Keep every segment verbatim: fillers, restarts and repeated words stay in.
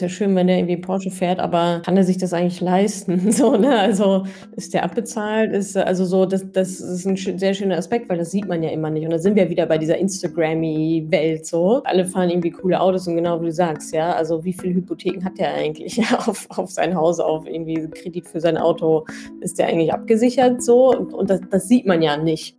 Wäre schön, wenn der irgendwie Porsche fährt, aber kann er sich das eigentlich leisten? So, ne? Also, ist der abbezahlt? Ist also so, das das ist 'n sch sehr schöner Aspekt, weil das sieht man ja immer nicht. Und da sind wir wieder bei dieser Instagrammy Welt so. Alle fahren irgendwie coole Autos und genau wie du sagst, ja, also wie viel Hypotheken hat der eigentlich auf auf sein Haus, auf irgendwie Kredit für sein Auto? Ist der eigentlich abgesichert so? Und und das das sieht man ja nicht.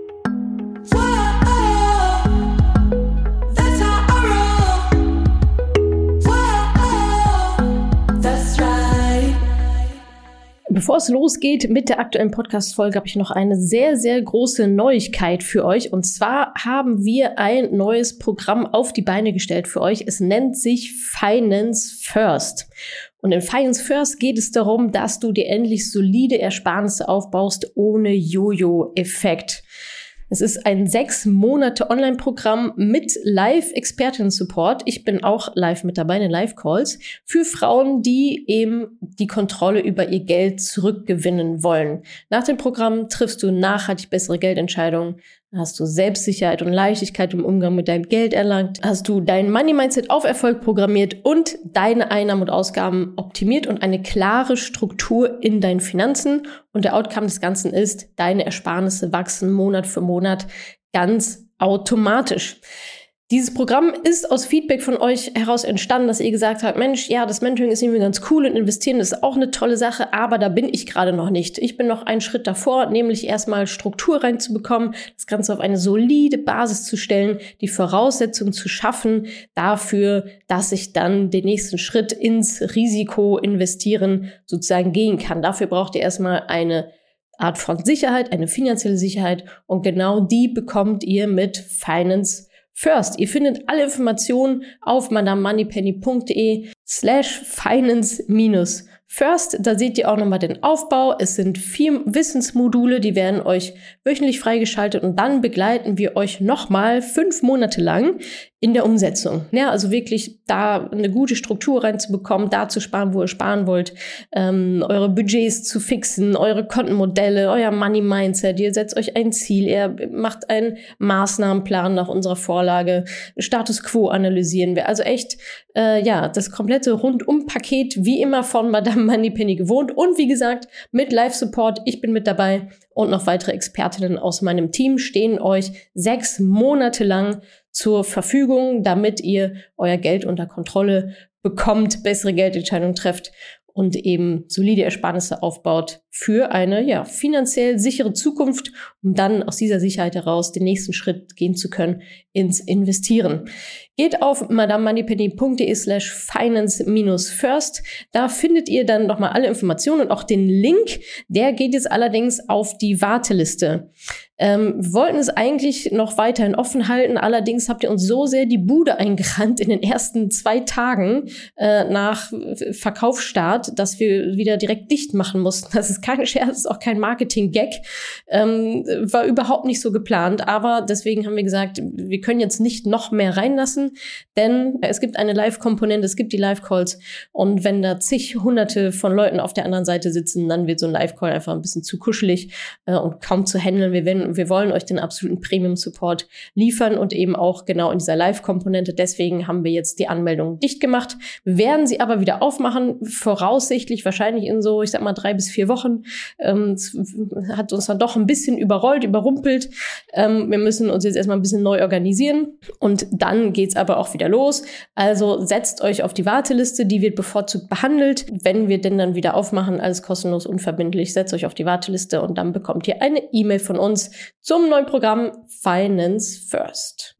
Bevor es losgeht mit der aktuellen Podcast-Folge, habe ich noch eine sehr, sehr große Neuigkeit für euch. Und zwar haben wir ein neues Programm auf die Beine gestellt für euch. Es nennt sich Finance First. Und in Finance First geht es darum, dass du dir endlich solide Ersparnisse aufbaust ohne Jojo-Effekt. Es ist ein sechs Monate Online-Programm mit Live-Expertinnen-Support. Ich bin auch live mit dabei in den Live-Calls für Frauen, die eben die Kontrolle über ihr Geld zurückgewinnen wollen. Nach dem Programm triffst du nachhaltig bessere Geldentscheidungen. Hast du Selbstsicherheit und Leichtigkeit im Umgang mit deinem Geld erlangt? Hast du dein Money-Mindset auf Erfolg programmiert und deine Einnahmen und Ausgaben optimiert und eine klare Struktur in deinen Finanzen? Und der Outcome des Ganzen ist, deine Ersparnisse wachsen Monat für Monat ganz automatisch. Dieses Programm ist aus Feedback von euch heraus entstanden, dass ihr gesagt habt, Mensch, ja, das Mentoring ist irgendwie ganz cool und investieren ist auch eine tolle Sache, aber da bin ich gerade noch nicht. Ich bin noch einen Schritt davor, nämlich erstmal Struktur reinzubekommen, das Ganze auf eine solide Basis zu stellen, die Voraussetzungen zu schaffen dafür, dass ich dann den nächsten Schritt ins Risiko investieren sozusagen gehen kann. Dafür braucht ihr erstmal eine Art von Sicherheit, eine finanzielle Sicherheit und genau die bekommt ihr mit Finance First. Ihr findet alle Informationen auf madamemoneypenny.de slash finance minus first. Da seht ihr auch nochmal den Aufbau. Es sind vier Wissensmodule, die werden euch wöchentlich freigeschaltet und dann begleiten wir euch nochmal fünf Monate lang in der Umsetzung. Ja, also wirklich da eine gute Struktur reinzubekommen, da zu sparen, wo ihr sparen wollt, ähm, eure Budgets zu fixen, eure Kontenmodelle, euer Money-Mindset, ihr setzt euch ein Ziel, ihr macht einen Maßnahmenplan nach unserer Vorlage, Status Quo analysieren wir. Also echt, äh, ja, das komplette Rundum-Paket, wie immer von Madame Moneypenny gewohnt und wie gesagt, mit Live-Support, ich bin mit dabei und noch weitere Expertinnen aus meinem Team stehen euch sechs Monate lang zur Verfügung, damit ihr euer Geld unter Kontrolle bekommt, bessere Geldentscheidungen trefft und eben solide Ersparnisse aufbaut für eine ja finanziell sichere Zukunft, um dann aus dieser Sicherheit heraus den nächsten Schritt gehen zu können ins Investieren. Geht auf madamemoneypenny.de slash finance minus first. Da findet ihr dann nochmal alle Informationen und auch den Link. Der geht jetzt allerdings auf die Warteliste. Ähm, wir wollten es eigentlich noch weiterhin offen halten, allerdings habt ihr uns so sehr die Bude eingerannt in den ersten zwei Tagen äh, nach Verkaufsstart, dass wir wieder direkt dicht machen mussten. Das ist kein Scherz, das ist auch kein Marketing-Gag. Ähm, war überhaupt nicht so geplant, aber deswegen haben wir gesagt, wir können jetzt nicht noch mehr reinlassen, denn es gibt eine Live-Komponente, es gibt die Live-Calls und wenn da zig hunderte von Leuten auf der anderen Seite sitzen, dann wird so ein Live-Call einfach ein bisschen zu kuschelig äh, und kaum zu handeln. Wir werden Wir wollen euch den absoluten Premium-Support liefern und eben auch genau in dieser Live-Komponente. Deswegen haben wir jetzt die Anmeldung dicht gemacht. Wir werden sie aber wieder aufmachen, voraussichtlich wahrscheinlich in so, ich sag mal, drei bis vier Wochen. Ähm, es hat uns dann doch ein bisschen überrollt, überrumpelt. Ähm, wir müssen uns jetzt erstmal ein bisschen neu organisieren und dann geht's aber auch wieder los. Also setzt euch auf die Warteliste, die wird bevorzugt behandelt. Wenn wir denn dann wieder aufmachen, alles kostenlos, unverbindlich, setzt euch auf die Warteliste und dann bekommt ihr eine E-Mail von uns zum neuen Programm Finance First.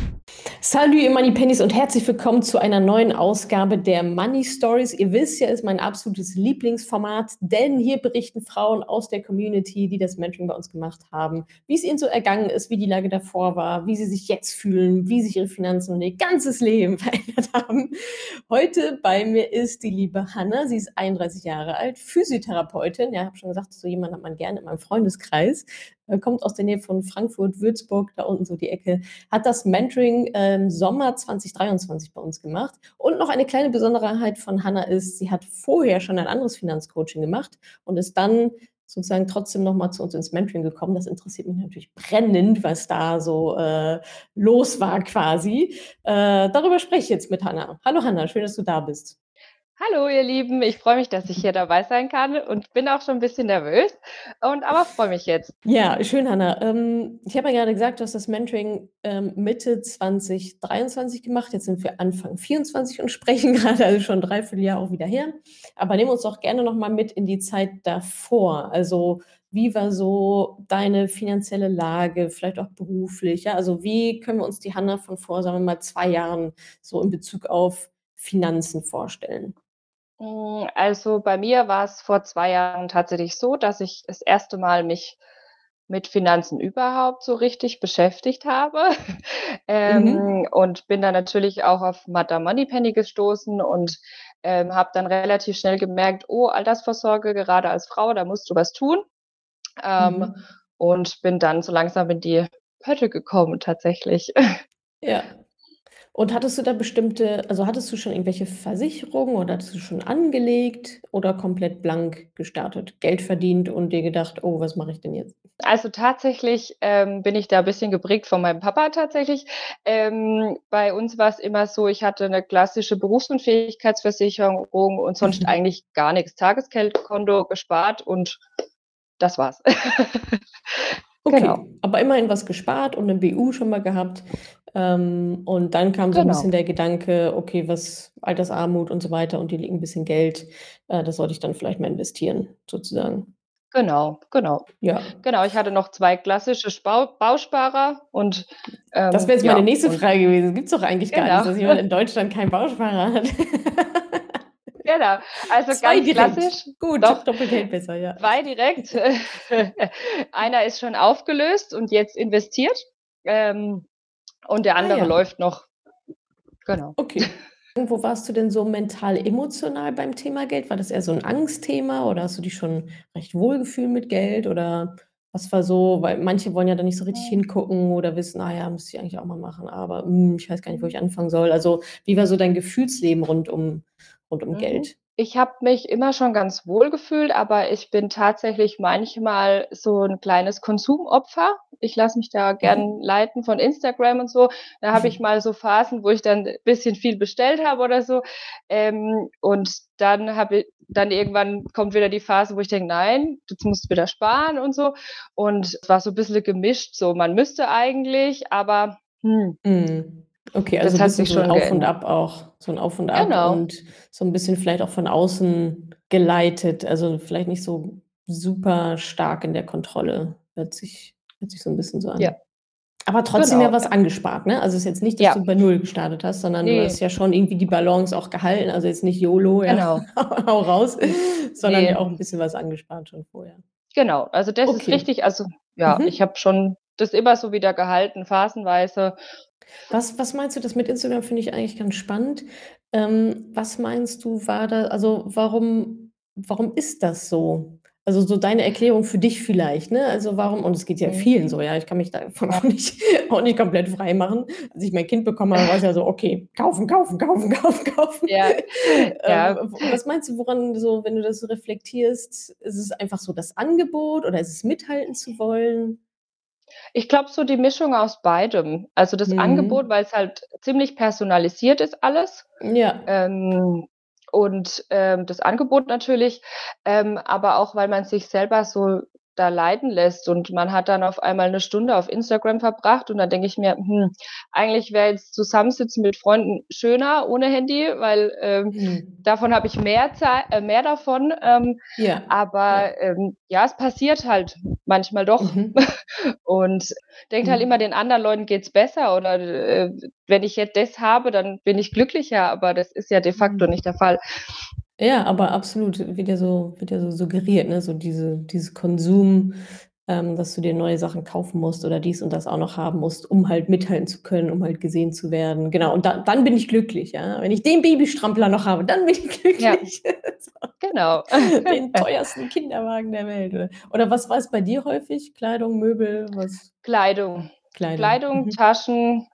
Salut ihr Moneypennies und herzlich willkommen zu einer neuen Ausgabe der Money Stories. Ihr wisst ja, ist mein absolutes Lieblingsformat, denn hier berichten Frauen aus der Community, die das Mentoring bei uns gemacht haben, wie es ihnen so ergangen ist, wie die Lage davor war, wie sie sich jetzt fühlen, wie sich ihre Finanzen und ihr ganzes Leben verändert haben. Heute bei mir ist die liebe Hanna. Sie ist einunddreißig Jahre alt, Physiotherapeutin. Ja, ich habe schon gesagt, so jemanden hat man gerne in meinem Freundeskreis. Kommt aus der Nähe von Frankfurt, Würzburg, da unten so die Ecke, hat das Mentoring im Sommer zwanzig dreiundzwanzig bei uns gemacht. Und noch eine kleine Besonderheit von Hanna ist, sie hat vorher schon ein anderes Finanzcoaching gemacht und ist dann sozusagen trotzdem nochmal zu uns ins Mentoring gekommen. Das interessiert mich natürlich brennend, was da so äh, los war quasi. Äh, darüber spreche ich jetzt mit Hanna. Hallo Hanna, schön, dass du da bist. Hallo ihr Lieben, ich freue mich, dass ich hier dabei sein kann und bin auch schon ein bisschen nervös und aber freue mich jetzt. Ja, schön, Hanna. Ähm, ich habe ja gerade gesagt, du hast das Mentoring ähm, Mitte zwanzig dreiundzwanzig gemacht. Jetzt sind wir Anfang vierundzwanzig und sprechen gerade, also schon dreiviertel Jahr auch wieder her. Aber nimm uns doch gerne noch mal mit in die Zeit davor. Also wie war so deine finanzielle Lage, vielleicht auch beruflich? Ja? Also wie können wir uns die Hanna von vor, sagen wir mal, zwei Jahren so in Bezug auf Finanzen vorstellen? Hm, also, bei mir war es vor zwei Jahren tatsächlich so, dass ich das erste Mal mich mit Finanzen überhaupt so richtig beschäftigt habe, Mhm. ähm, und bin dann natürlich auch auf Madame Moneypenny gestoßen und, ähm, habe dann relativ schnell gemerkt: „Oh, Altersvorsorge, gerade als Frau, da musst du was tun." Ähm, Mhm. und bin dann so langsam in die Pötte gekommen tatsächlich. Ja. Und hattest du da bestimmte also, hattest du schon irgendwelche Versicherungen oder hattest du schon angelegt oder komplett blank gestartet? Geld verdient und dir gedacht: „Oh, was mache ich denn jetzt?“ Also, tatsächlich, ähm, bin ich da ein bisschen geprägt von meinem Papa tatsächlich. Ähm, bei uns war es immer so, ich hatte eine klassische Berufsunfähigkeitsversicherung und sonst Mhm. eigentlich gar nichts. Tagesgeldkonto gespart und das war's. Genau, Okay, aber immerhin was gespart und 'ne B U schon mal gehabt. Ähm, und dann kam so 'n genau, bisschen der Gedanke: „Okay, was Altersarmut und so weiter und hier liegt 'n bisschen Geld, äh, das sollte ich dann vielleicht mal investieren“, sozusagen. genau, genau. Ja. Genau, ich hatte noch zwei klassische Spau Bausparer und, Das ähm, wäre jetzt meine ja, nächste und Frage gewesen. Gibt's doch eigentlich gar nicht, genau, dass jemand in Deutschland keinen Bausparer hat. genau. Also, Zwei ganz direkt. klassisch. Gut, Doch, doppelt hält besser, ja. zwei direkt. Einer ist schon aufgelöst und jetzt investiert, ähm, und der Ah andere ja, läuft noch. Genau. okay. Und wo warst du denn so mental emotional beim Thema Geld? War das eher so 'n Angstthema oder hast du dich schon recht wohl gefühlt mit Geld oder was war so weil manche wollen ja da nicht so richtig Mhm. hingucken oder wissen: „Ah ja, müsste ich eigentlich auch mal machen, aber, hm, ich weiß gar nicht, wo ich anfangen soll.“ Also, wie war so dein Gefühlsleben rund um rund um Mhm. Geld? Ich habe mich immer schon ganz wohl gefühlt, aber ich bin tatsächlich manchmal so 'n kleines Konsumopfer. Ich lasse mich da gern Mhm. leiten von Instagram und so. Da habe ich mal so Phasen, wo ich dann bisschen viel bestellt habe oder so. Ähm, und dann habe i dann irgendwann kommt wieder die Phase, wo ich denke: „Nein, jetzt musst du wieder sparen" und so. Und es war so bisschen gemischt, so man müsste eigentlich, aber, hm, Mhm. Okay, also das so 'n hat bisschen sich so 'n schon Auf und geändert. Ab auch so 'n Auf und Ab Genau, und so 'n bisschen vielleicht auch von außen geleitet, also vielleicht nicht so super stark in der Kontrolle. Hört sich hört sich so 'n bisschen so ja, an. Aber trotzdem ja genau, was ja. angespart, ne? Also, ist jetzt nicht, dass Ja, du bei Null gestartet hast, sondern du ne. hast ja schon irgendwie die Balance auch gehalten. Also, jetzt nicht YOLO, ja, Genau. hau raus, N sondern ja ne, auch 'n bisschen was angespart schon vorher. genau. Also, das ist Okay. richtig. Also, ja, ich Mhm. habe schon das immer so wieder gehalten, phasenweise. Was was meinst du das mit Instagram finde ich eigentlich ganz spannend. Ähm, was meinst du, war da also, warum warum ist das so? Also, so deine Erklärung für dich vielleicht, ne? Also, warum und es geht ja Mhm. vielen so, ja, ich kann mich davon Ja. auch nicht auch nicht komplett frei machen. Als ich mein Kind bekommen habe, war's ja so: „Okay, kaufen, kaufen, kaufen, kaufen, kaufen.“ Ja, Ähm, ja. w was meinst du, woran so wenn du das so reflektierst, ist es einfach so das Angebot oder ist es mithalten zu wollen? Ich glaube, so die Mischung aus beidem. Also, das Angebot, Mhm. weil's halt ziemlich personalisiert ist alles, Ja. ähm, und, ähm, das Angebot natürlich, ähm, aber auch, weil man sich selber so da leiten lässt und man hat dann auf einmal 'ne Stunde auf Instagram verbracht und dann denke ich mir: „Hm, eigentlich wäre jetzt Zusammensitzen mit Freunden schöner ohne Handy, weil, ähm, Mhm. davon habe ich mehr Zei äh, mehr davon." Ähm, Ja, ja. aber, ähm, ja, es passiert halt manchmal doch Mhm. und denkt halt immer, Mhm. den anderen Leuten geht's besser oder, äh, wenn ich jetzt das habe, dann bin ich glücklicher, aber das ist ja de facto Mhm. nicht der Fall. Ja, aber absolut, wird ja so wird ja so suggeriert, ne, so diese dieses Konsum, ähm, dass du dir neue Sachen kaufen musst oder dies und das auch noch haben musst, um halt mithalten zu können, um halt gesehen zu werden. Genau, und da dann bin ich glücklich, ja? Wenn ich den Babystrampler noch habe, dann bin ich Ja, glücklich. genau. So, den teuersten Kinderwagen der Welt, oder oder was war es bei dir häufig? Kleidung, Möbel, was? Kleidung. Kleidung. Kleidung, Mhm. Taschen.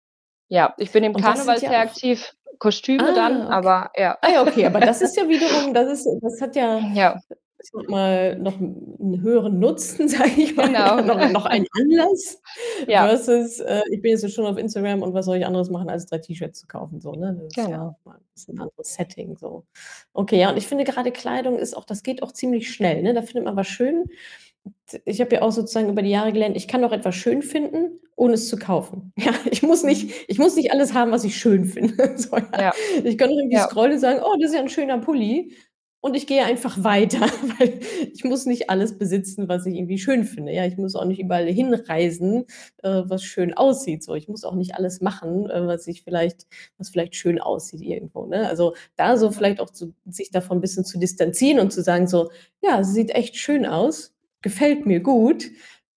Ja, ich bin im Und das Karneval sind ja sehr auch aktiv, Kostüme dann, ah, okay. aber ja. Ah ja, okay, aber das ist ja wiederum das ist das hat ja Ja. ist noch mal noch 'n höheren Nutzen, sage ich mal, Genau. noch noch ein Anlass Ja, versus, äh, ich bin jetzt schon auf Instagram und was soll ich anderes machen, als drei T-Shirts zu kaufen, so, ne? Das ist ja auch genau. mal 'n bisschen anderes Setting so. Okay, ja, und ich finde gerade Kleidung ist auch das geht auch ziemlich schnell, ne? Da findet man was schön. Ich habe ja auch sozusagen über die Jahre gelernt, ich kann doch etwas schön finden, ohne es zu kaufen. Ja, ich muss nicht Mhm. ich muss nicht alles haben, was ich schön finde. So, ja. Ja, Ich kann doch irgendwie ja, scrollen und sagen: „Oh, das ist ja 'n schöner Pulli." Und ich gehe einfach weiter, weil ich muss nicht alles besitzen, was ich irgendwie schön finde. Ja, ich muss auch nicht überall hinreisen, äh, was schön aussieht, so. Ich muss auch nicht alles machen, äh, was ich vielleicht was vielleicht schön aussieht irgendwo, ne? Also, da so vielleicht auch zu sich davon 'n bisschen zu distanzieren und zu sagen so: „Ja, sie sieht echt schön aus, gefällt mir gut."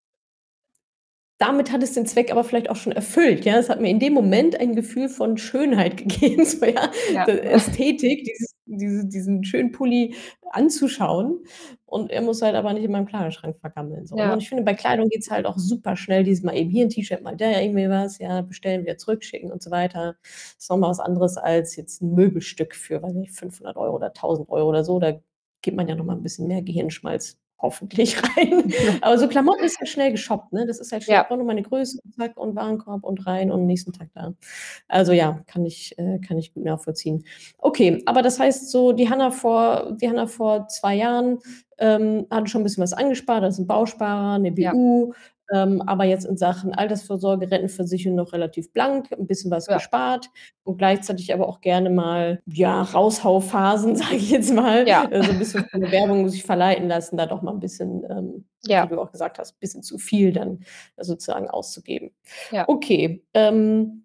Damit hat es den Zweck aber vielleicht auch schon erfüllt, ja? Es hat mir in dem Moment ein Gefühl von Schönheit gegeben, so, ja, ja, d Ästhetik, dieses diese diesen schönen Pulli anzuschauen und er muss halt aber nicht in meinem Kleiderschrank vergammeln, so, ne? Und ja, ich finde, bei Kleidung geht's halt auch super schnell, dieses mal eben hier 'n T-Shirt, mal da irgendwie was, ja, bestellen, wieder zurückschicken und so weiter. Ist noch mal was anderes als jetzt 'n Möbelstück für, weiß nicht, fünfhundert Euro oder tausend Euro oder so. Da gibt man ja noch mal 'n bisschen mehr Gehirnschmalz hoffentlich rein. Aber so Klamotten ist halt schnell geshoppt, ne? Das ist halt schnell, ich ja, brauche nur meine Größe und zack und Warenkorb und rein und nächsten Tag da. Also ja, kann ich äh, kann ich gut nachvollziehen. Okay, aber das heißt so, die Hannah vor die Hannah vor zwei Jahren, ähm, hatte schon 'n bisschen was angespart, also 'n Bausparer, 'ne ja, B U, ähm, aber jetzt in Sachen Altersvorsorge, Rentenversicherung noch relativ blank, 'n bisschen was ja, gespart und gleichzeitig aber auch gerne mal, ja, Raushauphasen, sage ich jetzt mal, ja, äh, so 'n bisschen von der Werbung sich verleiten lassen, da doch mal 'n bisschen, ähm, wie ja, du auch gesagt hast, bisschen zu viel dann sozusagen auszugeben. ja. Okay, ähm,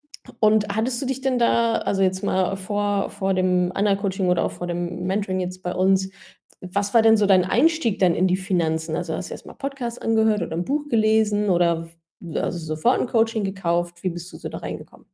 und hattest du dich denn da also jetzt mal vor vor dem Anna-Coaching oder auch vor dem Mentoring jetzt bei uns, was war denn so dein Einstieg dann in die Finanzen? Also, hast du erst mal Podcast angehört oder 'n Buch gelesen oder w also sofort 'n Coaching gekauft? Wie bist du so da reingekommen?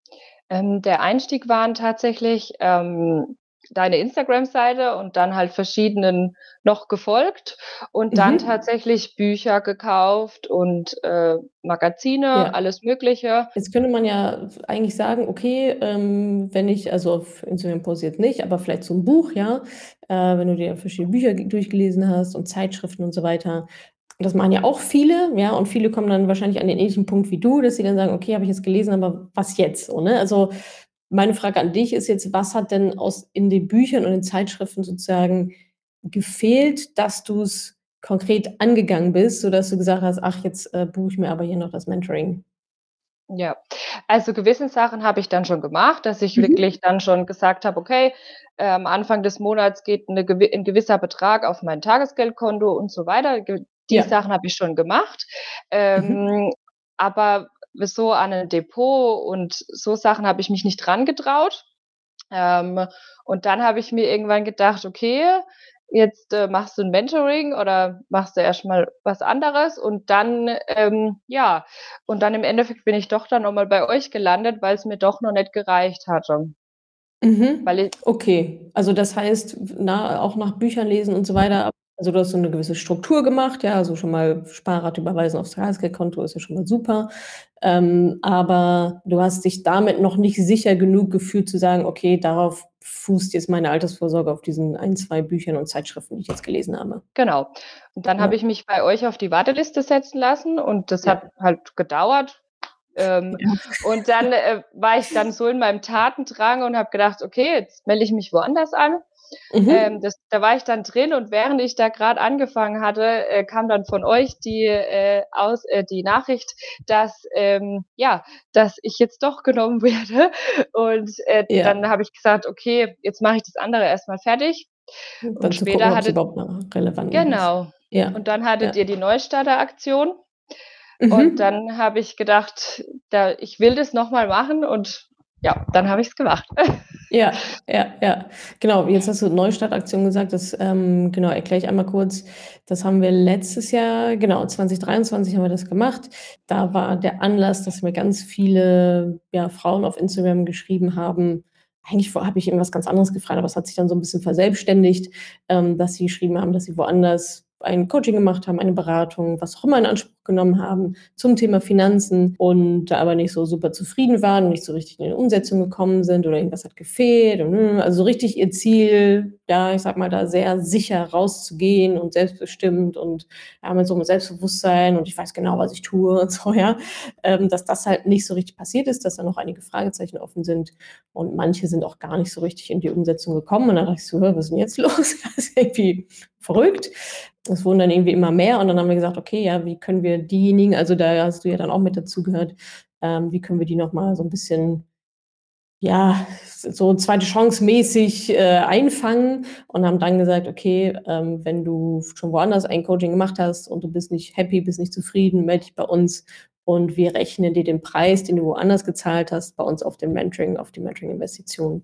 Ähm, der Einstieg waren tatsächlich, ähm, deine Instagram-Seite und dann halt verschiedenen noch gefolgt und dann Mhm. tatsächlich Bücher gekauft und, äh, Magazine, Ja. alles Mögliche. Jetzt könnte man ja eigentlich sagen, okay, ähm, wenn ich also auf Instagram poste jetzt nicht, aber vielleicht so 'n Buch, ja, äh, wenn du dir verschiedene Bücher g durchgelesen hast und Zeitschriften und so weiter. Das machen ja auch viele, ja, und viele kommen dann wahrscheinlich an den ähnlichen Punkt wie du, dass sie dann sagen: „Okay, habe ich jetzt gelesen, aber was jetzt?" So, ne? Also, meine Frage an dich ist jetzt, was hat denn aus in den Büchern und den Zeitschriften sozusagen gefehlt, dass du's konkret angegangen bist, sodass du gesagt hast: „Ach, jetzt, äh, buche ich mir aber hier noch das Mentoring." Ja, also gewisse Sachen habe ich dann schon gemacht, dass ich Mhm. wirklich dann schon gesagt habe: „Okay, äh, am Anfang des Monats geht 'ne gewi 'n gewisser Betrag auf mein Tagesgeldkonto“ und so weiter. Ge die Ja. Sachen habe ich schon gemacht. Mhm. Ähm, aber so an 'n Depot und so Sachen habe ich mich nicht rangetraut. Ähm, und dann habe ich mir irgendwann gedacht: „Okay, jetzt, äh, machst du 'n Mentoring oder machst du erst mal was anderes“ und dann, ähm ja, und dann im Endeffekt bin ich doch dann noch mal bei euch gelandet, weil's mir doch noch nicht gereicht hatte. Weil Mhm. i Okay. Also, das heißt, w na auch nach Büchern lesen und so weiter also, du hast so 'ne gewisse Struktur gemacht, ja, also schon mal Sparrate überweisen aufs Tagesgeldkonto ist ja schon mal super. Ähm, aber du hast dich damit noch nicht sicher genug gefühlt zu sagen: „Okay, darauf fußt jetzt meine Altersvorsorge auf diesen ein, zwei Büchern und Zeitschriften, die ich jetzt gelesen habe." Genau. Und dann habe Ja, ich mich bei euch auf die Warteliste setzen lassen und das hat ja, halt gedauert. Ähm, ja. und dann, äh, war ich dann so in meinem Tatendrang und habe gedacht: „Okay, jetzt melde ich mich woanders an.“ Ähm, Mhm. das da war ich dann drin und während ich da grad angefangen hatte, äh, kam dann von euch die, äh, aus äh, die Nachricht, dass, ähm, ja, dass ich jetzt doch genommen werde. Und, äh, dann Ja. habe ich gesagt: „Okay, jetzt mache ich das andere erst mal fertig.“ Und Dann zu gucken, später ob's hattet überhaupt noch relevant noch ist. genau. Ja, Und dann hattet ja. ihr die Neustarter-Aktion und Mhm. dann habe ich gedacht, da ich will das noch mal machen und ja, dann habe ich's gemacht. Ja, ja, ja. Genau, jetzt hast du Neustartaktion gesagt, das, ähm, genau, erkläre ich einmal kurz. Das haben wir letztes Jahr genau, zwanzig dreiundzwanzig haben wir das gemacht. Da war der Anlass, dass mir ganz viele, ja, Frauen auf Instagram geschrieben haben eigentlich vor habe ich irgendwas ganz anderes gefragt, aber es hat sich dann so 'n bisschen verselbstständigt, ähm, dass sie geschrieben haben, dass sie woanders ein Coaching gemacht haben, eine Beratung, was auch immer in Anspruch genommen haben zum Thema Finanzen und da aber nicht so super zufrieden waren und nicht so richtig in die Umsetzung gekommen sind oder irgendwas hat gefehlt. Und, also so richtig ihr Ziel, da, ich sag mal, da sehr sicher rauszugehen und selbstbestimmt und ja, mit so einem Selbstbewusstsein und ich weiß genau, was ich tue und so, ja, ähm, dass das halt nicht so richtig passiert ist, dass da noch einige Fragezeichen offen sind und manche sind auch gar nicht so richtig in die Umsetzung gekommen und dann dachte ich so, was ist denn jetzt los? Das ist irgendwie verrückt. Es wurden dann irgendwie immer mehr und dann haben wir gesagt, okay, ja, wie können wir diejenigen, also da hast du ja dann auch mit dazu gehört, ähm, wie können wir die nochmal so ein bisschen, ja, so zweite Chance mäßig äh, einfangen und haben dann gesagt, okay, ähm, wenn du schon woanders ein Coaching gemacht hast und du bist nicht happy, bist nicht zufrieden, melde dich bei uns und wir rechnen dir den Preis, den du woanders gezahlt hast, bei uns auf dem Mentoring, auf die Mentoring-Investition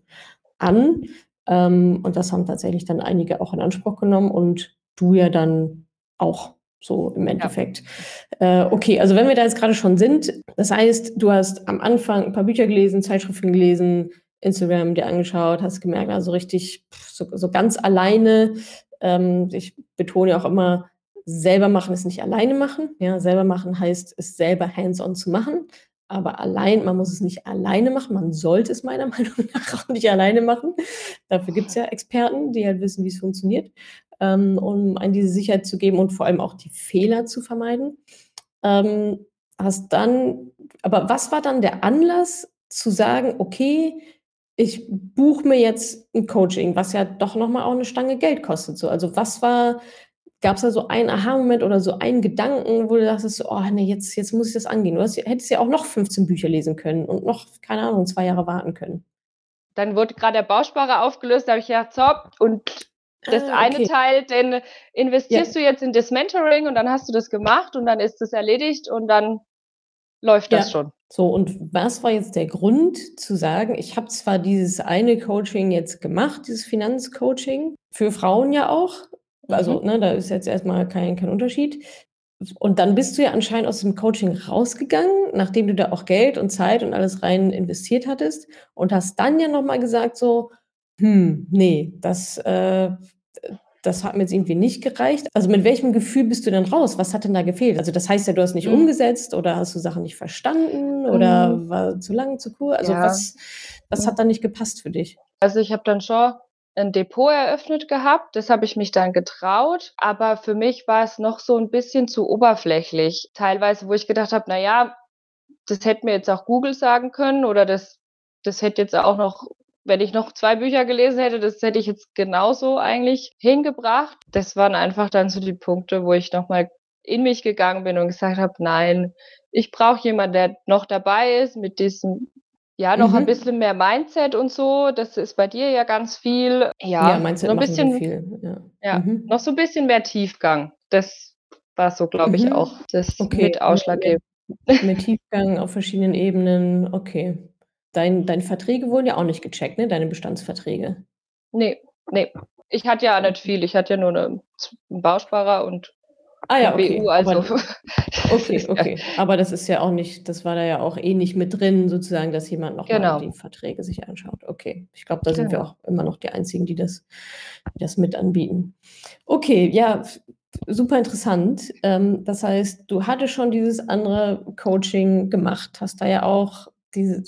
an. Ähm, und das haben tatsächlich dann einige auch in Anspruch genommen und du ja dann auch so im Endeffekt. Ja. Äh, okay, also wenn wir da jetzt gerade schon sind, das heißt, du hast am Anfang ein paar Bücher gelesen, Zeitschriften gelesen, Instagram dir angeschaut, hast gemerkt, also richtig so, so ganz alleine. Ähm, ich betone auch immer, selber machen ist nicht alleine machen. Ja, selber machen heißt, es selber hands-on zu machen. Aber allein, man muss es nicht alleine machen, man sollte es meiner Meinung nach auch nicht alleine machen. Dafür gibt es ja Experten, die halt wissen, wie es funktioniert, ähm, um einem diese Sicherheit zu geben und vor allem auch die Fehler zu vermeiden. Ähm, hast dann, aber was war dann der Anlass zu sagen, okay, ich buche mir jetzt ein Coaching, was ja doch nochmal auch eine Stange Geld kostet. So. Also was war, gab es da so einen Aha-Moment oder so einen Gedanken, wo du dachtest, so, oh nee, jetzt, jetzt muss ich das angehen. Du hast, hättest ja auch noch fünfzehn Bücher lesen können und noch, keine Ahnung, zwei Jahre warten können. Dann wurde gerade der Bausparer aufgelöst, da habe ich gedacht, so, und das Ah, eine okay. Teil, den investierst Ja. du jetzt in das Mentoring und dann hast du das gemacht und dann ist das erledigt und dann läuft das Ja. schon. So, und was war jetzt der Grund zu sagen, ich habe zwar dieses eine Coaching jetzt gemacht, dieses Finanzcoaching, für Frauen ja auch, also Mhm. ne, da ist jetzt erstmal kein, kein Unterschied. Und dann bist du ja anscheinend aus dem Coaching rausgegangen, nachdem du da auch Geld und Zeit und alles rein investiert hattest und hast dann ja nochmal gesagt so, hm, nee, das, äh, das hat mir jetzt irgendwie nicht gereicht. Also mit welchem Gefühl bist du denn raus? Was hat denn da gefehlt? Also das heißt ja, du hast nicht Mhm. umgesetzt oder hast du Sachen nicht verstanden oder Mhm. war zu lang, zu kurz? Also Ja. was, was hat da nicht gepasst für dich? Also ich habe dann schon ein Depot eröffnet gehabt, das habe ich mich dann getraut, aber für mich war es noch so ein bisschen zu oberflächlich. Teilweise, wo ich gedacht habe, na ja, das hätte mir jetzt auch Google sagen können oder das das hätte jetzt auch noch, wenn ich noch zwei Bücher gelesen hätte, das hätte ich jetzt genauso eigentlich hingebracht. Das waren einfach dann so die Punkte, wo ich noch mal in mich gegangen bin und gesagt habe: „Nein, ich brauche jemanden, der noch dabei ist mit diesem, ja, noch ein Mhm. bisschen mehr Mindset und so." Das ist bei dir ja ganz viel. Ja, Ja, Mindset noch 'n machen wir bisschen, viel. Ja. ja, noch Mhm. so 'n bisschen mehr Tiefgang. Das war so, glaube ich, Mhm. auch das Okay, mit mit, mit, ausschlaggebend. mit Tiefgang auf verschiedenen Ebenen. Okay. Dein, deine Verträge wurden ja auch nicht gecheckt, ne? Deine Bestandsverträge. Ne, ne. Ich hatte ja nicht viel. Ich hatte ja nur 'ne z 'n Bausparer und Ah 'ne ja, B U, okay. also Aber das okay, ist ja, okay. Aber das ist ja auch nicht, das war da ja auch eh nicht mit drin, sozusagen, dass jemand noch mal die genau, Verträge sich anschaut. Okay. Ich glaube, da sind wir genau. auch immer noch die Einzigen, die das die das mit anbieten. Okay, ja, f super interessant. Ähm, das heißt, du hattest schon dieses andere Coaching gemacht, hast da ja auch diese,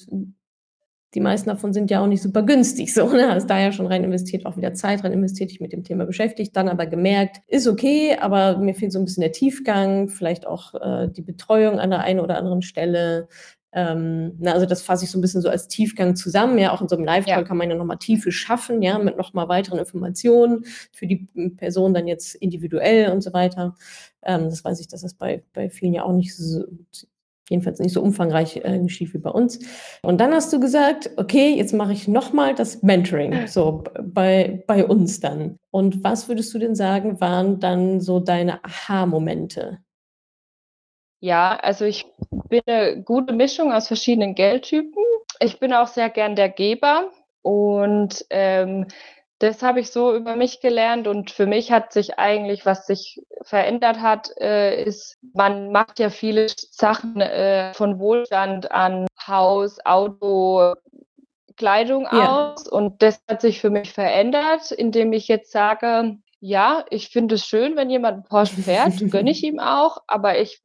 die meisten davon sind ja auch nicht super günstig so, ne? Hast da ja schon rein investiert, auch wieder Zeit rein investiert, dich mit dem Thema beschäftigt, dann aber gemerkt, ist okay, aber mir fehlt so ein bisschen der Tiefgang, vielleicht auch, äh, die Betreuung an der einen oder anderen Stelle. Ähm, ne, also das fasse ich so ein bisschen so als Tiefgang zusammen. Ja, auch in so einem Live-Call Ja, kann man ja noch mal Tiefe schaffen, ja, mit noch mal weiteren Informationen für die, hm, Person dann jetzt individuell und so weiter. Ähm, das weiß ich, dass das bei bei vielen ja auch nicht so, jedenfalls nicht so umfangreich, äh, geschieht wie bei uns. Und dann hast du gesagt, okay, jetzt mache ich nochmal das Mentoring, so bei, bei uns dann. Und was würdest du denn sagen, waren dann so deine Aha-Momente? ja, also ich bin 'ne gute Mischung aus verschiedenen Geldtypen. Ich bin auch sehr gern der Geber und, ähm, das habe ich so über mich gelernt und für mich hat sich eigentlich, was sich verändert hat, äh, ist, man macht ja viele Sachen, äh, von Wohlstand an Haus, Auto, Kleidung Ja, aus und das hat sich für mich verändert, indem ich jetzt sage, Ja, ich finde es schön, wenn jemand 'n Porsche fährt, gönne ich ihm auch, aber ich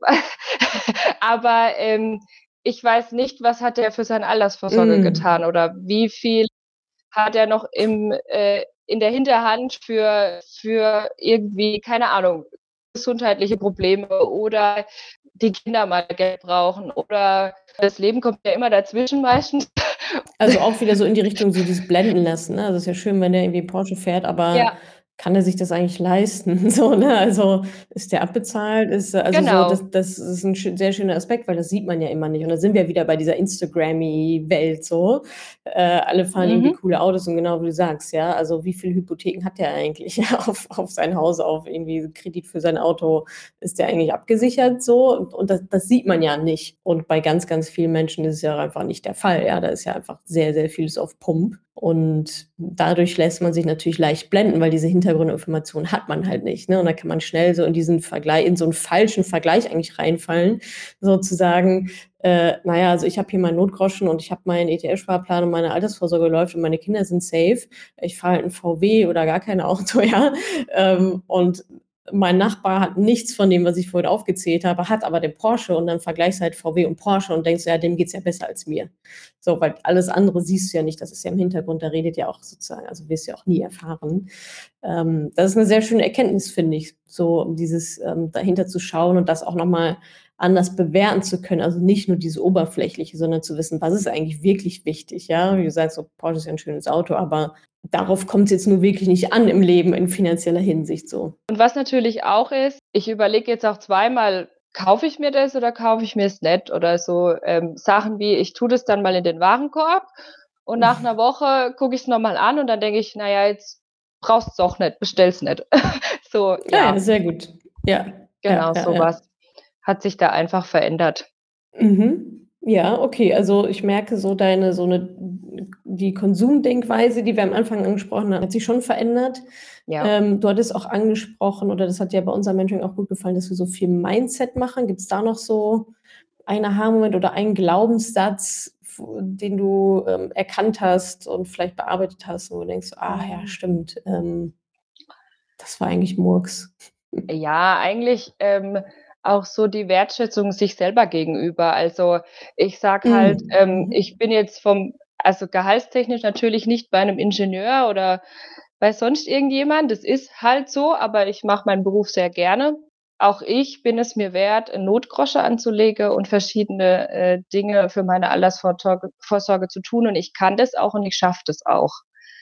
aber, ähm, ich weiß nicht, was hat der für seine Altersvorsorge Mhm. getan oder wie viel hat er noch im äh, in der Hinterhand für für irgendwie, keine Ahnung, gesundheitliche Probleme oder die Kinder mal Geld brauchen oder das Leben kommt ja immer dazwischen meistens. Also, auch wieder so in die Richtung so dieses blenden lassen, ne? Also, ist ja schön, wenn der irgendwie Porsche fährt, aber Ja. kann der sich das eigentlich leisten, so, ne? Also, ist der abbezahlt? Ist also, so, das Genau. das ist 'n sch sehr schöner Aspekt, weil das sieht man ja immer nicht. Und da sind wir wieder bei dieser Instagrammy Welt so. Äh, alle fahren irgendwie Mhm. coole Autos und genau wie du sagst, ja, also, wie viel Hypotheken hat der eigentlich auf auf sein Haus, auf irgendwie Kredit für sein Auto? Ist der eigentlich abgesichert so? Und und das das sieht man ja nicht. Und bei ganz, ganz vielen Menschen ist es ja einfach nicht der Fall, ja? Da ist ja einfach sehr, sehr vieles auf Pump. Und dadurch lässt man sich natürlich leicht blenden, weil diese Hintergrundinformation hat man halt nicht, ne? Und dann kann man schnell so in diesen Vergleich in so 'n falschen Vergleich eigentlich reinfallen, sozusagen, äh, na ja, also, ich habe hier meinen Notgroschen und ich habe meinen E T F-Sparplan und meine Altersvorsorge läuft und meine Kinder sind safe. Ich fahre halt 'n V W oder gar kein Auto, ja? Ähm, und mein Nachbar hat nichts von dem, was ich vorhin aufgezählt habe, hat aber den Porsche und dann vergleichst du halt V W und Porsche und denkst: „Ja, dem geht's ja besser als mir.“ So, weil alles andere siehst du ja nicht. Das ist ja im Hintergrund, da redet ja auch sozusagen also, wirst du ja auch nie erfahren. Ähm, das ist 'ne sehr schöne Erkenntnis, finde ich, so dieses, ähm, dahinter zu schauen und das auch noch mal anders bewerten zu können. Also, nicht nur diese Oberflächliche, sondern zu wissen, was ist eigentlich wirklich wichtig, ja? Wie du sagst, so Porsche ist ja 'n schönes Auto, aber darauf kommt's jetzt nur wirklich nicht an im Leben in finanzieller Hinsicht so. Und was natürlich auch ist, ich überlege jetzt auch zweimal: „Kaufe ich mir das oder kaufe ich mir's nicht?“ Oder so, ähm, Sachen wie, ich tue das dann mal in den Warenkorb und nach 'ner Woche gucke ich's noch mal an und dann denke ich: „Na ja, jetzt brauchst du's doch nicht, bestell's nicht.“ So, Ah ja, ja. sehr gut. Ja, ja, Genau, ja, so ja. was hat sich da einfach verändert. Mhm. Ja, okay. Also, ich merke so deine so 'ne die Konsumdenkweise, die wir am Anfang angesprochen haben, hat sich schon verändert. Ja. Ähm, du hattest auch angesprochen oder das hat dir bei unserem Mentoring auch gut gefallen, dass wir so viel Mindset machen. Gibt's da noch so einen Aha-Moment oder einen Glaubenssatz, f den du, ähm, erkannt hast und vielleicht bearbeitet hast, wo du denkst: „Ah ja, Mhm. stimmt, ähm, das war eigentlich Murks?“ Ja, eigentlich, ähm, auch so die Wertschätzung sich selber gegenüber. Also, ich sage halt, Mhm, ähm, mhm. ich bin jetzt vom also, gehaltstechnisch natürlich nicht bei 'nem Ingenieur oder bei sonst irgendjemand. Das ist halt so, aber ich mache meinen Beruf sehr gerne. Auch ich bin es mir wert, 'n Notgroschen anzulegen und verschiedene, äh, Dinge für meine Altersvortorge Vorsorge zu tun und ich kann das auch und ich schaffe das auch.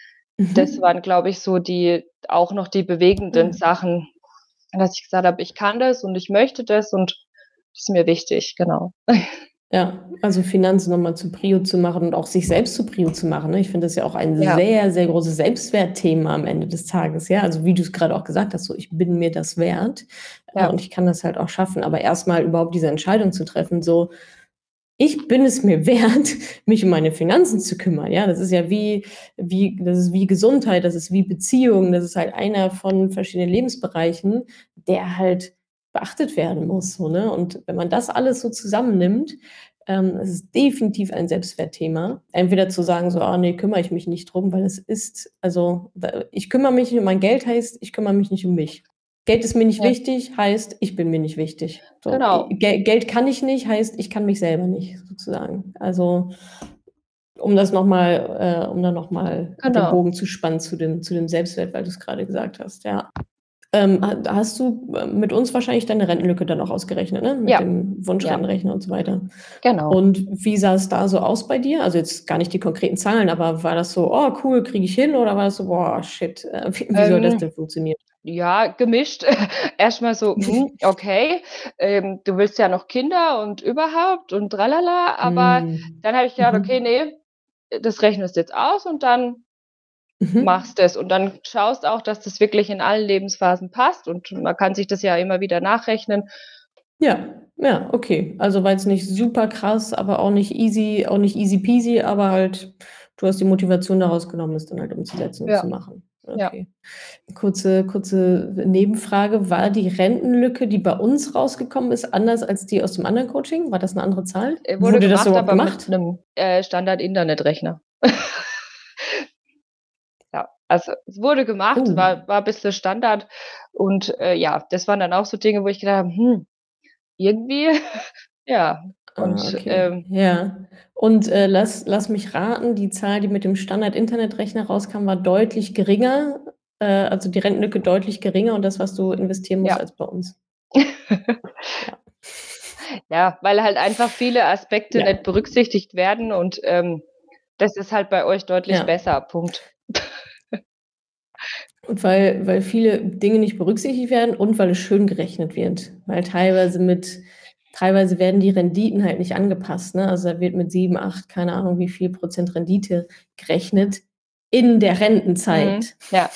Das Mhm. waren, glaube ich, so die auch noch die bewegenden Ja. Sachen, dass ich gesagt habe: „Ich kann das und ich möchte das und ist mir wichtig“, genau. Ja, also, Finanzen noch mal zur Prio zu machen und auch sich selbst zur Prio zu machen, ne? Ich finde das ja auch ein Ja. sehr, sehr großes Selbstwertthema am Ende des Tages, ja? Also, wie du's grade auch gesagt hast, so: „Ich bin mir das wert, äh, Ja. und ich kann das halt auch schaffen.“ Aber erst mal überhaupt diese Entscheidung zu treffen, so: „Ich bin es mir wert, mich um meine Finanzen zu kümmern“, ja? Das ist ja wie wie das ist wie Gesundheit, das ist wie Beziehung, das ist halt einer von verschiedenen Lebensbereichen, der halt beachtet werden muss so, ne? Und wenn man das alles so zusammennimmt, ähm, ist es definitiv ein Selbstwertthema. Entweder zu sagen so: „Ah ne, kümmere ich mich nicht drum“, weil es ist also, da ich kümmere mich nicht um mein Geld heißt, ich kümmere mich nicht um mich. Geld ist mir nicht Ja. wichtig, heißt, ich bin mir nicht wichtig. So, i Genau. Gel Geld kann ich nicht, heißt, ich kann mich selber nicht sozusagen. Also, um das noch mal äh, um da noch mal den Genau. Bogen zu spannen zu dem zu dem Selbstwert, weil du's grade gesagt hast, ja. Ähm, ha hast du, äh, mit uns wahrscheinlich deine Rentenlücke dann auch ausgerechnet, ne, mit Ja. dem Ja. Wunschrentenrechner und so weiter. Genau. Und wie sah es da so aus bei dir? Also, jetzt gar nicht die konkreten Zahlen, aber war das so: „Oh cool, kriege ich hin“, oder war das so: „Boah, shit, äh, wie wie soll das Ähm, denn funktionieren?“ ja, gemischt. Erst mal so: „Hm, okay, ähm, du willst ja noch Kinder und überhaupt und tralala“, aber Mhm. dann habe ich gedacht: „Okay, Mhm. ne, das rechnest du jetzt aus und dann Mhm. machst das.“ Und dann schaust auch, dass das wirklich in allen Lebensphasen passt und man kann sich das ja immer wieder nachrechnen. Ja, ja, okay. Also, war jetzt nicht super krass, aber auch nicht easy auch nicht easy peasy, aber halt du hast die Motivation daraus genommen, es dann halt umzusetzen und zu Ja. machen. Ja. Okay. Kurze kurze Nebenfrage: War die Rentenlücke, die bei uns rausgekommen ist, anders als die aus dem anderen Coaching? War das 'ne andere Zahl? Äh, wurde Wurde das gemacht, überhaupt aber mit gemacht? 'nem, äh, Standard-Internetrechner. Ja. Also, es wurde gemacht, Oh. war war ein bisschen Standard und, äh, ja, das waren dann auch so Dinge, wo ich gedacht habe: „Hm, irgendwie ja, Ah, und, okay. ähm Ja. Und, äh, lass lass mich raten, die Zahl, die mit dem Standard-Internetrechner rauskam, war deutlich geringer, äh, also die Rentenlücke deutlich geringer und das, was du investieren musst, ja. als bei uns. Ja. Ja, weil halt einfach viele Aspekte Ja, nicht berücksichtigt werden und, ähm, das ist halt bei euch deutlich ja. besser, Punkt. Und weil weil viele Dinge nicht berücksichtigt werden und weil es schön gerechnet wird. Weil teilweise mit teilweise werden die Renditen halt nicht angepasst, ne? Also, da wird mit sieben, acht, keine Ahnung, wie viel Prozent Rendite gerechnet in der Mhm, Rentenzeit. ja.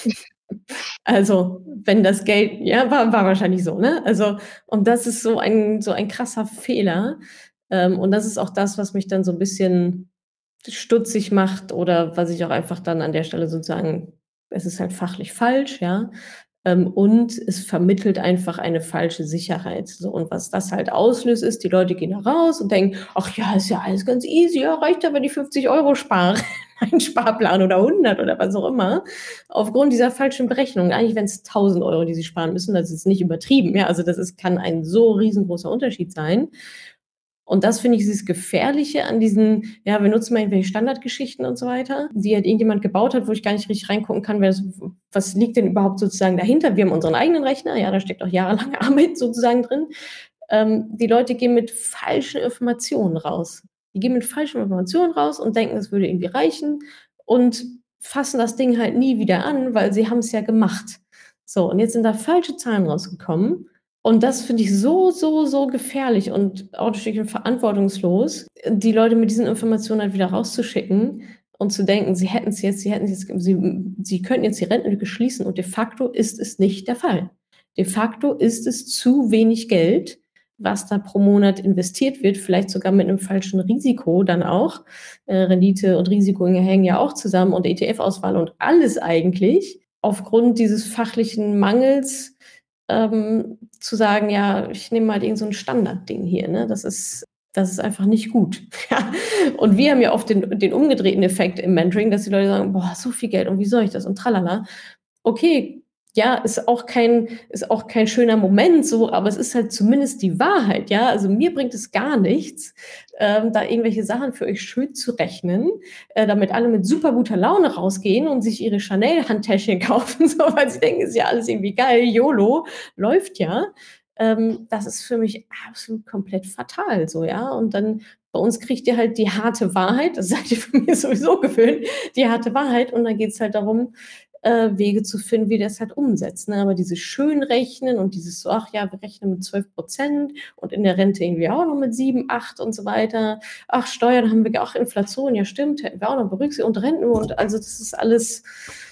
Also, wenn das Geld ja, war war wahrscheinlich so, ne? Also, und das ist so ein so ein krasser Fehler. Ähm, und das ist auch das, was mich dann so 'n bisschen stutzig macht oder was ich auch einfach dann an der Stelle sozusagen es ist halt fachlich falsch, ja, ähm, und es vermittelt einfach eine falsche Sicherheit. So, und was das halt auslöst, ist, die Leute gehen da raus und denken: „Ach ja, ist ja alles ganz easy, ja, reicht ja, wenn ich fünfzig Euro spare, mein Sparplan oder hundert oder was auch immer." Aufgrund dieser falschen Berechnung. Eigentlich wären's tausend Euro, die sie sparen müssen. Das ist nicht übertrieben, ja. Also, das ist kann ein so riesengroßer Unterschied sein. Und das finde ich ist das Gefährliche an diesen ja, wir nutzen mal irgendwelche Standardgeschichten und so weiter, die halt irgendjemand gebaut hat, wo ich gar nicht richtig reingucken kann, wer das was liegt denn überhaupt sozusagen dahinter? Wir haben unseren eigenen Rechner, ja, da steckt auch jahrelange Arbeit sozusagen drin. Ähm, die Leute gehen mit falschen Informationen raus. Die gehen mit falschen Informationen raus und denken, es würde irgendwie reichen und fassen das Ding halt nie wieder an, weil sie haben's ja gemacht. So, und jetzt sind da falsche Zahlen rausgekommen und das finde ich so, so, so gefährlich und auch 'n Stückchen verantwortungslos, die Leute mit diesen Informationen halt wieder rauszuschicken und zu denken, sie hätten's jetzt sie hätten's jetzt sie sie könnten jetzt die Rentenlücke schließen und de facto ist es nicht der Fall. De facto ist es zu wenig Geld, was da pro Monat investiert wird, vielleicht sogar mit 'nem falschen Risiko dann auch. Äh, Rendite und Risiko hängen ja auch zusammen und E T F-Auswahl und alles eigentlich aufgrund dieses fachlichen Mangels, ähm, zu sagen: „Ja, ich nehme mal irgend so 'n Standardding hier", ne? Das ist das ist einfach nicht gut. Ja. Und wir haben ja oft den den umgedrehten Effekt im Mentoring, dass die Leute sagen: „Boah, so viel Geld und wie soll ich das?" und tralala. Okay, ja, ist auch kein ist auch kein schöner Moment so, aber es ist halt zumindest die Wahrheit, ja? Also, mir bringt es gar nichts, ähm, da irgendwelche Sachen für euch schön zu rechnen, äh, damit alle mit super guter Laune rausgehen und sich ihre Chanel-Handtäschchen kaufen, so, weil sie denken, ist ja alles irgendwie geil, YOLO, läuft ja. Ähm, das ist für mich absolut komplett fatal so, ja? Und dann bei uns kriegt ihr halt die harte Wahrheit, das seid ihr von mir sowieso gewöhnt, die harte Wahrheit und dann geht's halt darum, äh, Wege zu finden, wie ihr das halt umsetzt, ne? Aber dieses Schönrechnen und dieses so: „Ach ja, wir rechnen mit zwölf Prozent und in der Rente irgendwie auch noch mit sieben, acht und so weiter. Ach, Steuern haben wir ach, Inflation, ja stimmt, hätten wir auch noch berücksichtigt und Renten" und also, das ist alles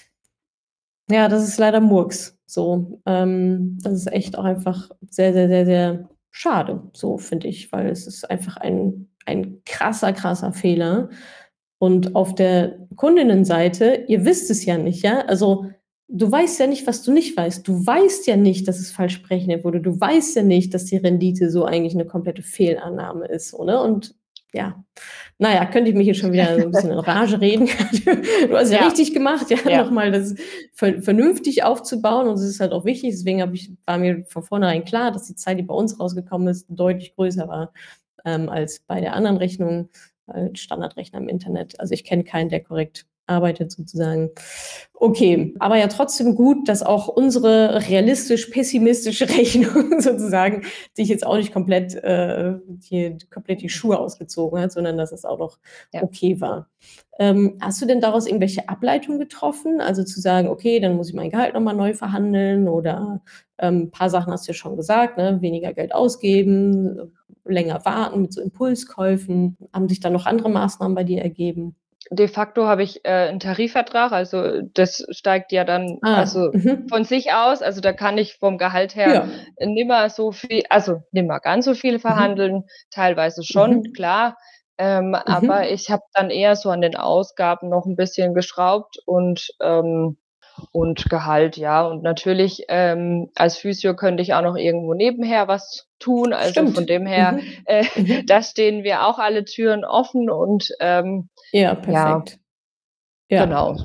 ja, das ist leider Murks, so. Ähm, das ist echt auch einfach sehr, sehr, sehr, sehr schade, so finde ich, weil es ist einfach ein ein krasser, krasser Fehler. Und auf der Kundinnenseite, ihr wisst es ja nicht, ja? Also, du weißt ja nicht, was du nicht weißt. Du weißt ja nicht, dass es falsch berechnet wurde. Du weißt ja nicht, dass die Rendite so eigentlich 'ne komplette Fehlannahme ist so, ne? Und ja, na ja, könnte ich mich jetzt schon wieder so 'n bisschen in Rage reden. Du hast ja Ja, richtig gemacht, ja, ja. noch mal das ver vernünftig aufzubauen und es ist halt auch wichtig. Deswegen habe ich war mir von vornherein klar, dass die Zahl, die bei uns rausgekommen ist, deutlich größer war, ähm, als bei der anderen Rechnung, äh, Standardrechner im Internet. Also, ich kenne keinen, der korrekt arbeitet sozusagen. Okay, aber ja trotzdem gut, dass auch unsere realistisch-pessimistische Rechnung sozusagen dich jetzt auch nicht komplett äh, die komplett die Schuhe ausgezogen hat, sondern dass es auch noch Ja. okay war. Ähm, hast du denn daraus irgendwelche Ableitungen getroffen? Also, zu sagen: „Okay, dann muss ich mein Gehalt noch mal neu verhandeln" oder, ähm, paar Sachen hast du ja schon gesagt, ne, weniger Geld ausgeben, länger warten mit so Impulskäufen. Haben sich da noch andere Maßnahmen bei dir ergeben? De facto habe ich, äh, 'n Tarifvertrag, also, das steigt ja dann, Ah, also, mhm. von sich aus. Also, da kann ich vom Gehalt her Ja. nimmer so viel also, nimmer ganz so viel Mhm. verhandeln, teilweise schon, Mhm. klar. Ähm, aber Mhm. ich habe dann eher so an den Ausgaben noch 'n bisschen geschraubt und, ähm und Gehalt, ja. Und natürlich, ähm, als Physio könnte ich auch noch irgendwo nebenher was tun. Also, von Stimmt. dem her, Mhm. äh, da Mhm. stehen wir auch alle Türen offen und, ähm, Ja, ja perfekt. Ja. genau.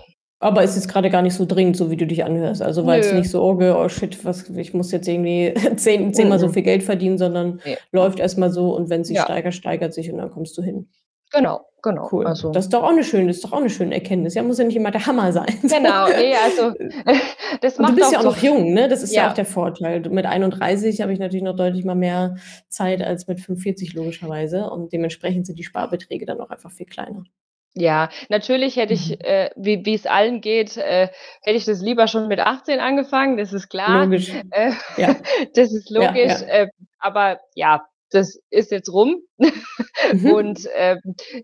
Aber es ist gerade gar nicht so dringend, so wie du dich anhörst. Also war jetzt Nö. nicht so, oh, oh shit, was, ich muss jetzt irgendwie zehn, zehnmal so Mhm. viel Geld verdienen, sondern Ne. läuft erstmal so und wenn sich Ja. steigert, steigert sich und dann kommst du hin. Genau, genau. Cool. Also Das ist doch auch 'ne schöne ist doch auch 'ne schöne Erkenntnis. Ja, muss ja nicht immer der Hammer sein, so. Genau, ne, also das Und du macht bist auch ja auch so noch jung, ne? Das ist ja auch ja. der Vorteil. Du mit einunddreißig habe ich natürlich noch deutlich mal mehr Zeit als mit fünfundvierzig logischerweise und dementsprechend sind die Sparbeträge dann auch einfach viel kleiner. Ja, natürlich hätte ich, Mhm. äh, wie wie's allen geht, äh, hätte ich das lieber schon mit achtzehn angefangen, das ist klar. Logisch. Äh, Ja. das ist Ja, logisch, ja. äh, aber ja, das ist jetzt rum. Und, Mhm. ähm,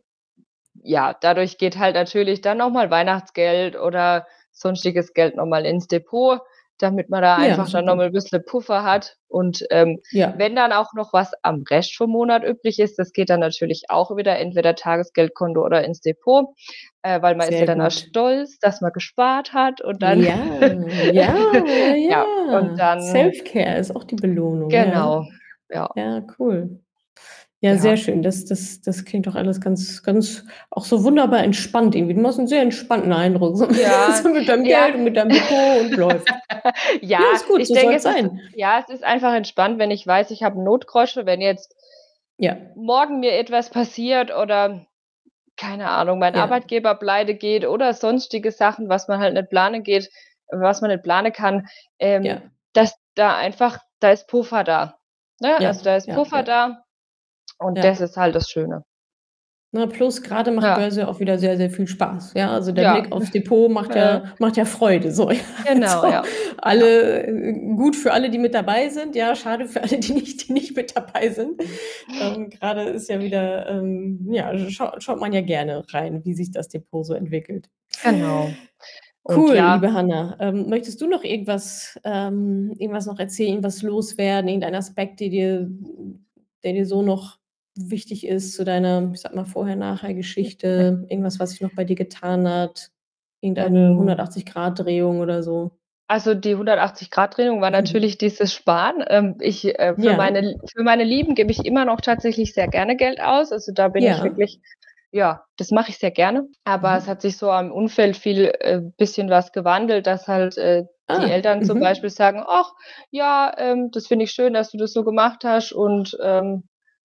ja, dadurch geht halt natürlich dann noch mal Weihnachtsgeld oder sonstiges Geld noch mal ins Depot, damit man da Ja, einfach dann noch super. mal 'n bisschen Puffer hat. Und, ähm, Ja. wenn dann auch noch was am Rest vom Monat übrig ist, das geht dann natürlich auch wieder entweder Tagesgeldkonto oder ins Depot, äh, weil man ist ja Sehr dann auch gut. stolz, dass man gespart hat und dann Ja, ja, ja, ja, und ja. dann Self-Care ist auch die Belohnung, ja. Genau, ja. Ja, cool. Ja, sehr Ja. schön. Das das das klingt doch alles ganz ganz auch so wunderbar entspannt irgendwie. Du machst 'n sehr entspannten Eindruck, so Ja, so mit deinem ja. Geld und mit deinem Depot und läuft. Ja, Ja, ist gut, ich so denke, soll's es ist sein. ja, es ist einfach entspannt, wenn ich weiß, ich habe 'n Notgroschen, wenn jetzt Ja. morgen mir etwas passiert oder, keine Ahnung, mein Ja. Arbeitgeber pleitegeht oder sonstige Sachen, was man halt nicht planen geht was man nicht planen kann, ähm, Ja. dass da einfach da ist Puffer da, ne? Ja, Also, da ist ja, Puffer ja. da und das Ja. ist halt das Schöne. Na, plus grade macht Ja. Börse auch wieder sehr, sehr viel Spaß. Ja, also der Ja. Blick aufs Depot macht Ja. ja macht ja Freude, so. Genau, Also, ja. Ja. alle äh, gut für alle, die mit dabei sind, ja, schade für alle, die nicht die nicht mit dabei sind. Ähm, grade ist ja wieder, ähm ja, schau schaut man ja gerne rein, wie sich das Depot so entwickelt. Genau. Und Cool, ja liebe Hanna. Ähm, möchtest du noch irgendwas ähm, irgendwas noch erzählen, was loswerden, irgendein Aspekt, der dir der dir so noch wichtig ist zu deiner, ich sage mal, Vorher-Nachher-Geschichte? Irgendwas, was sich noch bei dir getan hat? Irgendeine Ähm hundertachzig-Grad-Drehung oder so? Also, die hundertachzig-Grad-Drehung war natürlich dieses Sparen. Ähm, ich äh, für Ja. meine für meine Lieben gebe ich immer noch tatsächlich sehr gerne Geld aus. Also, da bin ich Ja. wirklich ja, das mache ich sehr gerne. Aber es Mhm. hat sich so am Umfeld viel äh, bisschen was gewandelt, dass halt, äh, die Ah, Eltern zum mhm. Beispiel sagen: „Ach ja, ähm, das finde ich schön, dass du das so gemacht hast.“ Und, ähm,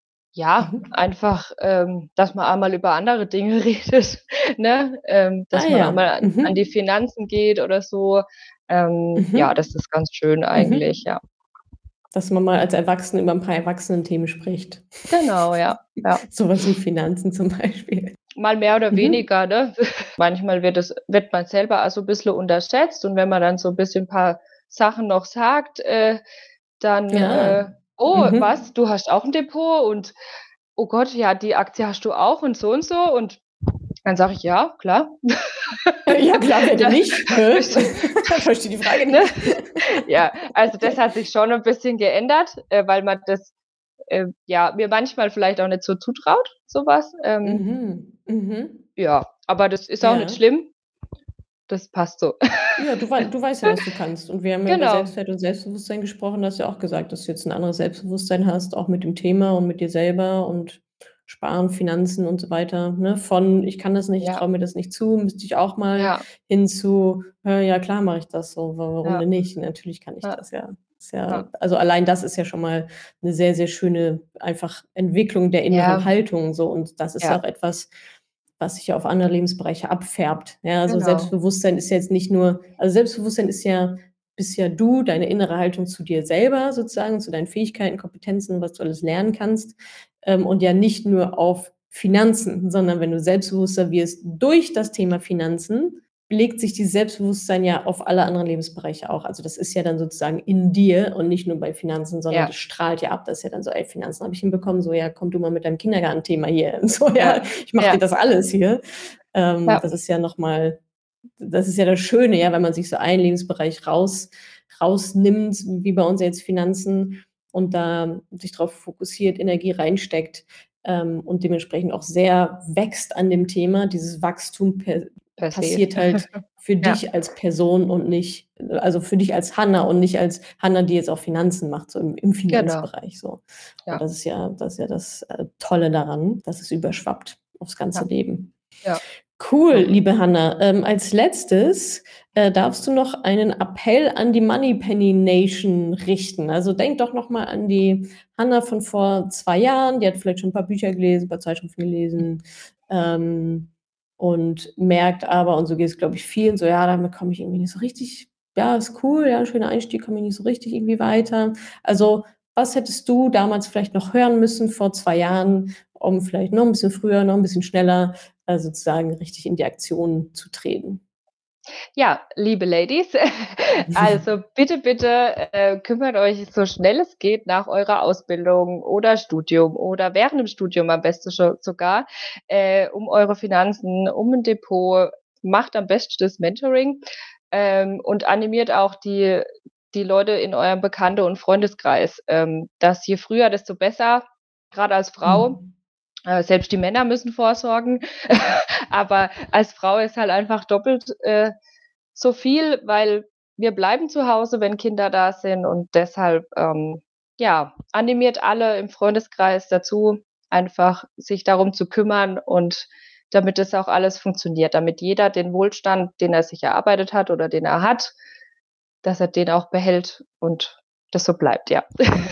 ja, Mhm. einfach, ähm, dass man auch mal über andere Dinge redet, ne? Ähm, Ah dass man auch ja, mal an an die mhm. Finanzen geht oder so. Ähm, ja, Mhm. das ist ganz schön eigentlich, Mhm. ja. Dass man mal als Erwachsene über 'n paar Erwachsenenthemen spricht. Genau, ja, ja. So was wie Finanzen zum Beispiel. Mal mehr oder Mhm. weniger, ne? Manchmal wird es wird man selber auch so 'n bisschen unterschätzt und wenn man dann so 'n bisschen paar Sachen noch sagt, äh, dann, Ja. äh: „Oh, was, Mhm. du hast auch 'n Depot und oh Gott, ja, die Aktie hast du auch und so und so?“ Und dann sage ich: „Ja, klar.“ Ja klar, wer denn Da nicht? Hä? verste Verstehe die Frage ne? nicht. Ja, also das hat sich schon 'n bisschen geändert, äh, weil man das, äh, ja, mir manchmal vielleicht auch nicht so zutraut, so was. Ähm Mhm, mhm. Ja, aber das ist auch nicht Ja. schlimm. Das passt so. Ja, du wei du weißt ja, was du kannst. Und wir haben ja über Genau. Selbstwert und Selbstbewusstsein gesprochen. Du hast ja auch gesagt, dass du jetzt 'n anderes Selbstbewusstsein hast, auch mit dem Thema und mit dir selber und Sparen, Finanzen und so weiter, ne? Von: „Ich kann das nicht, ich Ja. traue mir das nicht zu, müsste ich auch mal“, Ja. hin zu: „Äh, ja klar mache ich das so, wa warum Ja. denn nicht? Natürlich kann ich Ja. das, ja.“ Ist ja Ja. also allein das ist ja schon mal 'ne sehr, sehr schöne einfach Entwicklung der inneren Ja. Haltung so und das ist ja Ja. auch etwas, was sich ja auf andere Lebensbereiche abfärbt. Ja, also Genau. Selbstbewusstsein ist ja jetzt nicht nur also Selbstbewusstsein ist ja bist ja du, deine innere Haltung zu dir selber sozusagen, zu deinen Fähigkeiten, Kompetenzen, was du alles lernen kannst, ähm, und ja nicht nur auf Finanzen, sondern wenn du selbstbewusster wirst durch das Thema Finanzen, legt sich dieses Selbstbewusstsein ja auf alle anderen Lebensbereiche auch. Also, das ist ja dann sozusagen in dir und nicht nur bei Finanzen, sondern Ja. das strahlt ja ab. Das ist ja dann so: „Ey, Finanzen habe ich hinbekommen.“ So: „Ja, komm du mal mit deinem Kindergartenthema hier.“ So, Ja, ja: „Ich mache dir ja. das alles hier.“ Ähm, Ja. das ist ja noch mal das ist ja das Schöne, ja, wenn man sich so einen Lebensbereich raus rausnimmt, wie bei uns jetzt Finanzen und da sich drauf fokussiert, Energie reinsteckt, ähm, und dementsprechend auch sehr wächst an dem Thema. Dieses Wachstum per Per se. passiert halt für Ja. dich als Person und nicht also für dich als Hanna und nicht als Hanna, die jetzt auch Finanzen macht, so im im Genau. Finanzbereich so. Und Ja. das ist ja das ist ja das, äh, Tolle daran, dass es überschwappt aufs ganze Ja. Leben. Ja. Cool, liebe Hanna. Ähm, als letztes äh, darfst du noch einen Appell an die Moneypenny Nation richten. Also denk doch noch mal an die Hanna von vor zwei Jahren. Die hat vielleicht schon ein paar Bücher gelesen, ein paar Zeitschriften gelesen ähm, und merkt aber, und so geht es, glaube ich, vielen, so, ja, damit komme ich irgendwie nicht so richtig, ja, ist cool, ja, schöner Einstieg, komme ich nicht so richtig irgendwie weiter. Also was hättest du damals vielleicht noch hören müssen vor zwei Jahren, um vielleicht noch ein bisschen früher, noch ein bisschen schneller äh, sozusagen richtig in die Aktion zu treten? Ja, liebe Ladies, also bitte, bitte äh, kümmert euch so schnell es geht nach eurer Ausbildung oder Studium oder während dem Studium am besten schon sogar äh, um eure Finanzen, um ein Depot. Macht am besten das Mentoring ähm, und animiert auch die, die Leute in eurem Bekannte- und Freundeskreis, ähm, dass je früher, desto besser, gerade als Frau. Mhm. Äh, selbst die Männer müssen vorsorgen, aber als Frau ist halt einfach doppelt äh, so viel, weil wir bleiben zu Hause, wenn Kinder da sind und deshalb, ähm, ja, animiert alle im Freundeskreis dazu, einfach sich darum zu kümmern und damit das auch alles funktioniert, damit jeder den Wohlstand, den er sich erarbeitet hat oder den er hat, dass er den auch behält und das so bleibt, ja.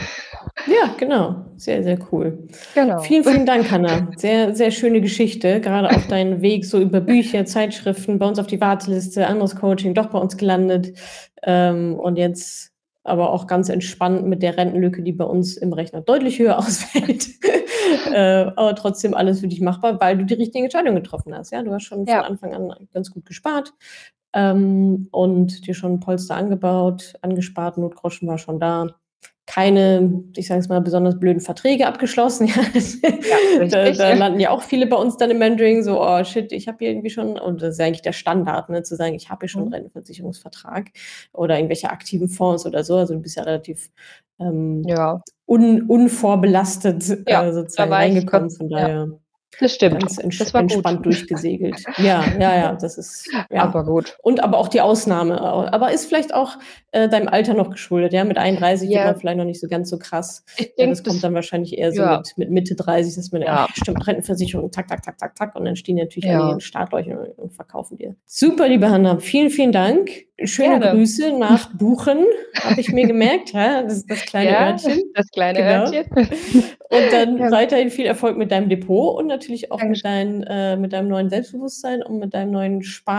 Ja, genau. Sehr, sehr cool. Genau. Vielen, vielen Dank, Hanna. Sehr, sehr schöne Geschichte. Gerade auch deinen Weg so über Bücher, Zeitschriften, bei uns auf die Warteliste, anderes Coaching, doch bei uns gelandet. Ähm, und jetzt aber auch ganz entspannt mit der Rentenlücke, die bei uns im Rechner deutlich höher ausfällt. äh, aber trotzdem alles für dich machbar, weil du die richtige Entscheidung getroffen hast. Ja, du hast schon Ja. von Anfang an ganz gut gespart. Ähm, und dir schon ein Polster angebaut, angespart, Notgroschen war schon da. Keine, ich sage es mal, besonders blöden Verträge abgeschlossen. Ja, Ja, da, richtig. da landen ja auch viele bei uns dann im Mentoring so, oh shit, ich habe hier irgendwie schon, und das ist ja eigentlich der Standard, ne, zu sagen, ich habe hier schon einen Mhm. Rentenversicherungsvertrag oder irgendwelche aktiven Fonds oder so. Also du bist ja relativ ähm, Ja. un, unvorbelastet Ja, äh, da sozusagen war ich reingekommen. Gott Von ja, daher das stimmt. ganz ents Das war gut. entspannt durchgesegelt. Ja, ja, ja, das ist, ja. Aber gut. Und aber auch die Ausnahme. Aber ist vielleicht auch äh, deinem Alter noch geschuldet, ja. Mit einunddreißig wird Ja. man vielleicht noch nicht so ganz so krass. Ich Ja, denke, das kommt das dann wahrscheinlich eher so ja. mit, mit Mitte dreißig, dass man, Ja. ach, stimmt, Rentenversicherung, tak, tak, tak, tak, tak. Und dann stehen natürlich Ja. alle in den Startlöchern und, und verkaufen dir. Super, liebe Hanna. Vielen, vielen Dank. Schöne Gerne. Grüße nach Buchen, habe ich mir gemerkt. Ja, das ist das kleine Ja, Örtchen. das kleine Genau. Örtchen. Und dann Ja. weiterhin viel Erfolg mit deinem Depot und natürlich auch mit, Dankeschön. dein, äh, mit deinem neuen Selbstbewusstsein und mit deinem neuen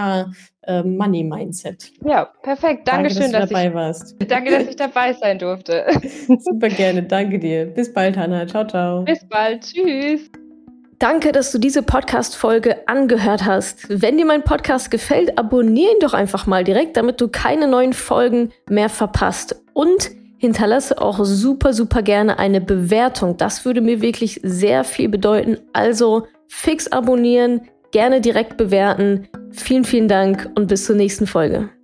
Spar-Money-Mindset. Ja, perfekt. Danke, dass Dankeschön, du dass ich dabei warst. danke, dass ich dabei sein durfte. Super gerne, danke dir. Bis bald, Hanna. Ciao, ciao. Bis bald. Tschüss. Danke, dass du diese Podcast-Folge angehört hast. Wenn dir mein Podcast gefällt, abonniere ihn doch einfach mal direkt, damit du keine neuen Folgen mehr verpasst. Und hinterlasse auch super, super gerne eine Bewertung. Das würde mir wirklich sehr viel bedeuten. Also fix abonnieren, gerne direkt bewerten. Vielen, vielen Dank und bis zur nächsten Folge.